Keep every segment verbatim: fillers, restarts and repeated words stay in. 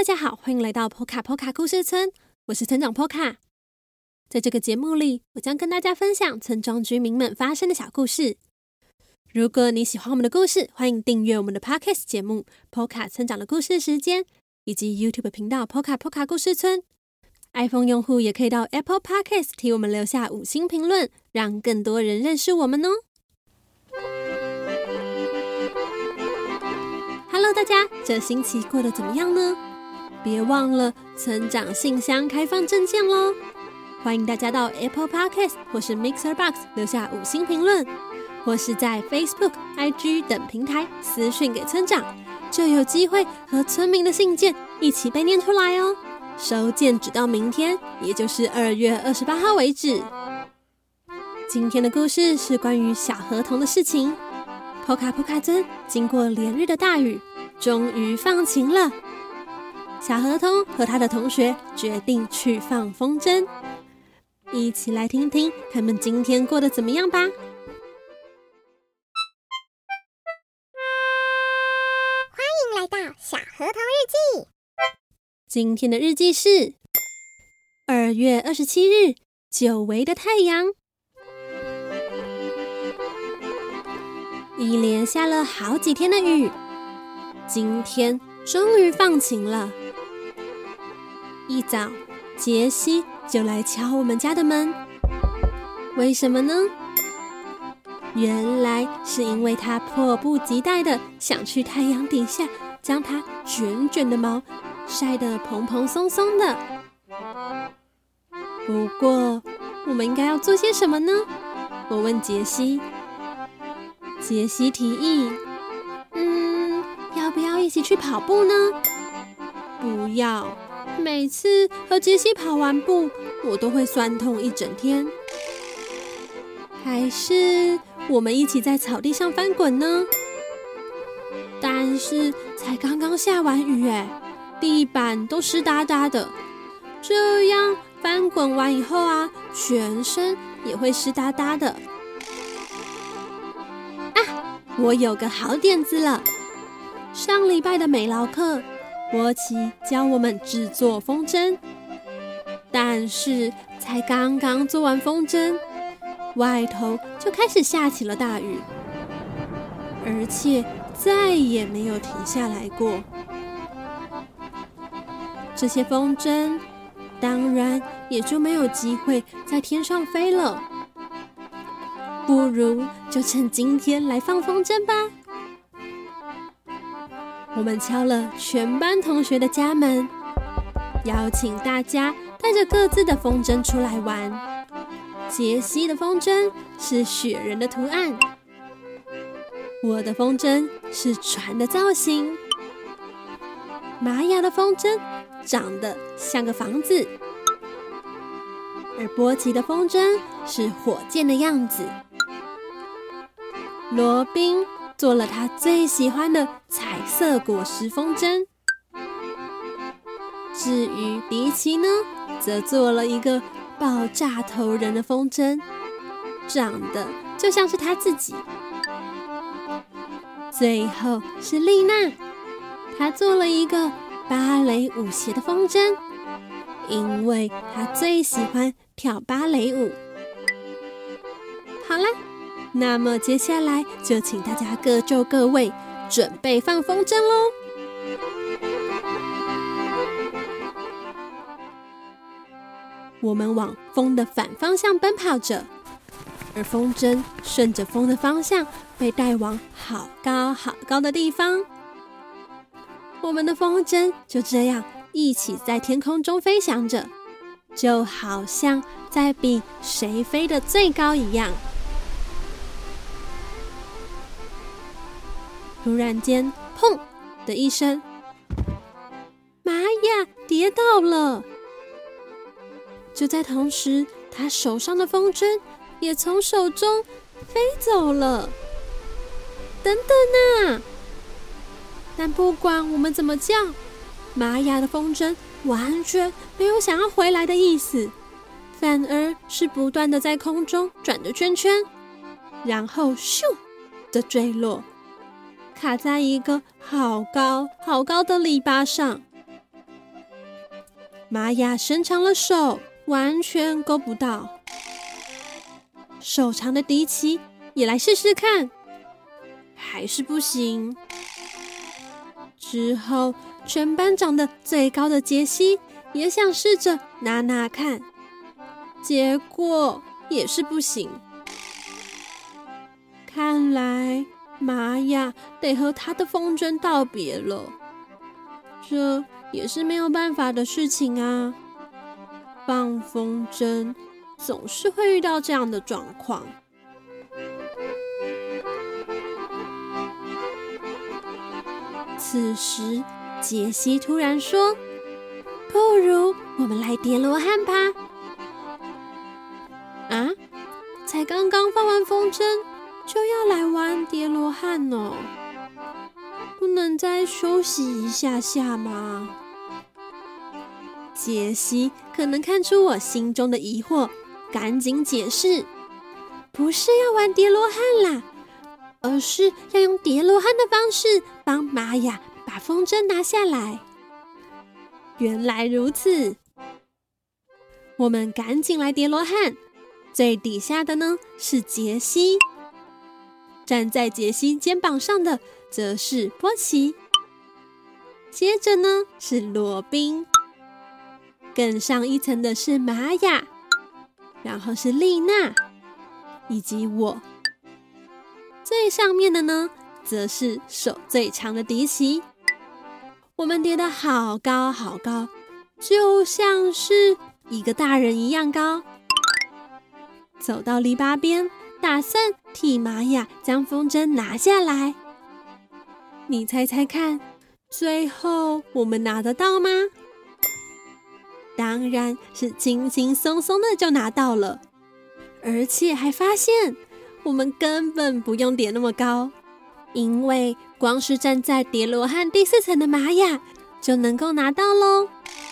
家好，欢迎来到 Poca Poca 故事村，我是村长 Poca。在这个节目里，我将跟大家分享村庄居民们发生的小故事。如果你喜欢我们的故事，欢迎订阅我们的 Podcast 节目 Poca 村长的故事时间，以及 YouTube 频道 Poca Poca 故事村。iPhone 用户也可以到 Apple Podcast 替我们留下五星评论，让更多人认识我们哦。Hello， 大家，这星期过得怎么样呢？别忘了村长信箱开放证件咯，欢迎大家到 Apple Podcast 或是 Mixer Box 留下五星评论，或是在 Facebook、I G 等平台私讯给村长，就有机会和村民的信件一起被念出来哦。收件只到明天，也就是二月二十八号为止。今天的故事是关于小河童的事情。Poca Poca村经过连日的大雨，终于放晴了。小河童和他的同学决定去放风筝，一起来听听他们今天过得怎么样吧。欢迎来到小河童日记。 今天的日记是二月二十七日，久违的太阳。一连下了好几天的雨，今天终于放晴了。一早，杰西就来敲我们家的门。为什么呢？原来是因为他迫不及待的想去太阳底下，将他卷卷的毛晒得蓬蓬松松的。不过，我们应该要做些什么呢？我问杰西。杰西提议，嗯，要不要一起去跑步呢？不要，每次和杰西跑完步，我都会酸痛一整天。还是我们一起在草地上翻滚呢？但是才刚刚下完雨耶，地板都湿哒哒的，这样翻滚完以后啊，全身也会湿哒哒的。我有个好点子了！上礼拜的美劳课，波奇教我们制作风筝，但是才刚刚做完风筝，外头就开始下起了大雨，而且再也没有停下来过。这些风筝当然也就没有机会在天上飞了。不如就趁今天来放风筝吧。我们敲了全班同学的家门，邀请大家带着各自的风筝出来玩。杰西的风筝是雪人的图案，我的风筝是船的造型，玛雅的风筝长得像个房子，而波奇的风筝是火箭的样子。罗宾做了他最喜欢的彩色果实风筝，至于迪奇呢，则做了一个爆炸头人的风筝，长得就像是他自己。最后是丽娜，她做了一个芭蕾舞鞋的风筝，因为她最喜欢跳芭蕾舞。好啦，那么接下来就请大家各就各位，准备放风筝咯。我们往风的反方向奔跑着，而风筝顺着风的方向被带往好高好高的地方。我们的风筝就这样一起在天空中飞翔着，就好像在比谁飞得最高一样。突然间，砰的一声，玛雅跌倒了。就在同时，他手上的风筝也从手中飞走了。等等啊！但不管我们怎么叫，玛雅的风筝完全没有想要回来的意思，反而是不断的在空中转着圈圈，然后咻的坠落。卡在一个好高好高的篱笆上。 玛雅伸长了手，完全够不到。手长的迪奇也来试试看，还是不行。之后，全班长得最高的杰西也想试着拿拿看，结果也是不行。看来玛雅得和他的风筝道别了，这也是没有办法的事情啊。放风筝总是会遇到这样的状况。此时，杰西突然说：“不如我们来叠罗汉吧。”啊，才刚刚放完风筝，就要来玩叠罗汉哦，不能再休息一下下吗？杰西可能看出我心中的疑惑，赶紧解释：“不是要玩叠罗汉啦，而是要用叠罗汉的方式帮玛雅把风筝拿下来。”原来如此，我们赶紧来叠罗汉。最底下的呢是杰西，站在杰西肩膀上的则是波奇，接着呢是罗宾，更上一层的是玛雅，然后是丽娜，以及我。最上面的呢则是手最长的迪奇。我们叠得好高好高，就像是一个大人一样高。走到篱笆边，打算替玛雅将风筝拿下来。你猜猜看，最后我们拿得到吗？当然是轻轻松松的就拿到了，而且还发现我们根本不用叠那么高，因为光是站在叠罗汉第四层的玛雅就能够拿到咯。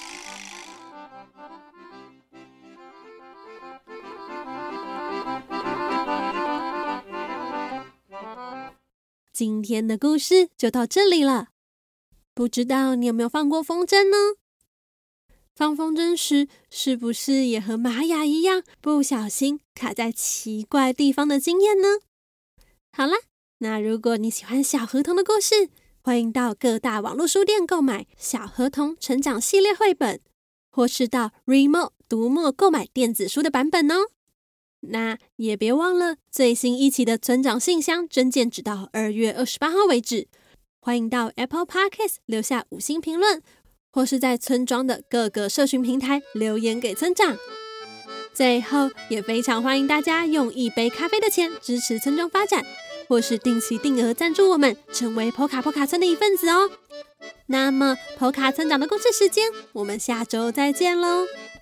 今天的故事就到这里了，不知道你有没有放过风筝呢？放风筝时是不是也和玛雅一样不小心卡在奇怪地方的经验呢？好啦，那如果你喜欢小河童的故事，欢迎到各大网络书店购买小河童成长系列绘本，或是到 Readmoo 读墨购买电子书的版本哦。那也别忘了最新一期的村长信箱征件只到二月二十八号为止，欢迎到 Apple Podcast 留下五星评论，或是在村庄的各个社群平台留言给村长。最后也非常欢迎大家用一杯咖啡的钱支持村庄发展，或是定期定额赞助我们，成为波卡波卡村的一份子哦。那么波卡村长的故事时间，我们下周再见喽，